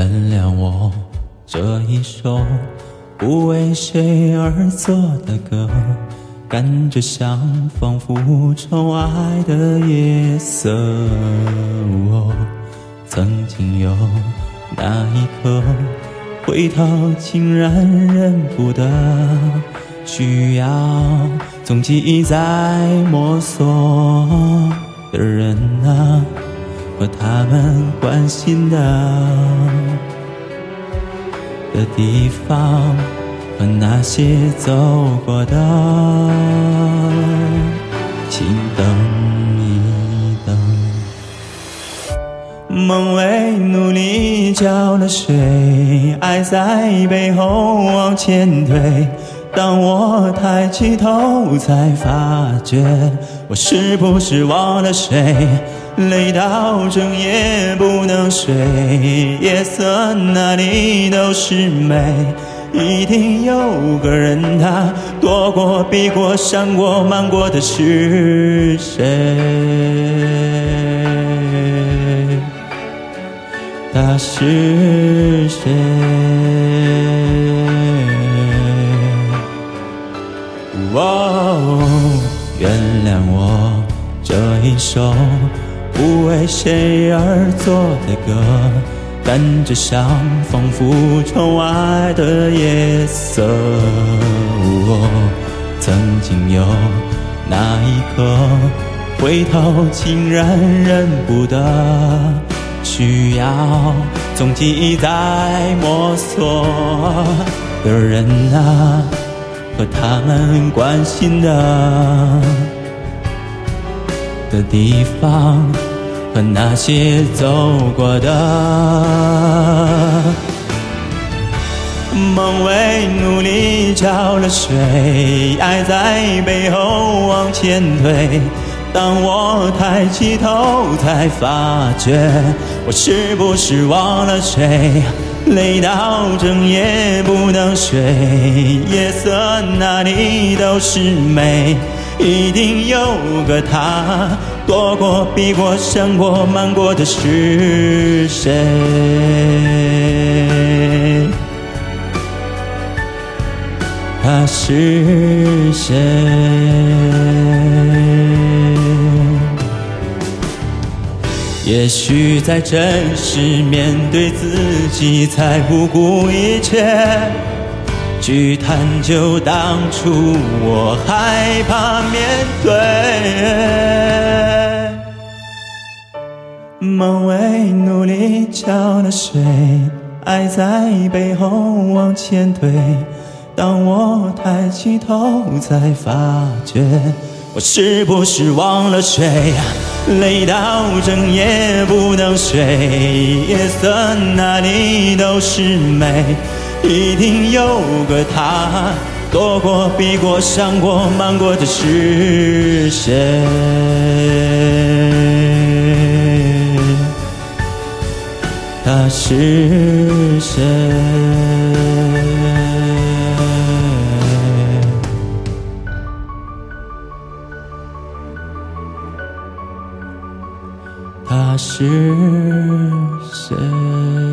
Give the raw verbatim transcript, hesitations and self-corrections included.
原谅我这一首不为谁而作的歌，感觉像仿佛窗外的夜色。哦，曾经有那一刻，回头竟然认不得，需要从记忆再摸索的人啊，和他们关心的的地方，和那些走过的，请等一等。梦为努力浇了水，爱在背后往前推，当我抬起头才发觉，我是不是忘了谁，累到整夜不能睡，夜色哪里都是美，一定有个人他躲过避过闪过瞒过的是谁，他是谁？哦，原谅我这一首不为谁而作的歌，感觉像仿佛窗外的夜色。哦，曾经有那一刻，回头竟然认不得，需要从记忆再摸索的人啊，和他们关心的的地方，和那些走过的。梦为努力浇了水，爱在背后往前推，当我抬起头才发觉，我是不是忘了谁，累到整夜不能睡，夜色哪里都是美，一定有个他躲过避过闪过瞒过的是谁，他是谁？也许在真实面对自己，才不顾一切去探究当初我害怕面对。梦为努力浇了水，爱在背后往前推，当我抬起头才发觉，我是不是忘了谁，累到整夜不能睡，夜色哪里都是美，一定有个他躲过避过闪过瞒过的是谁，他是谁？他是谁？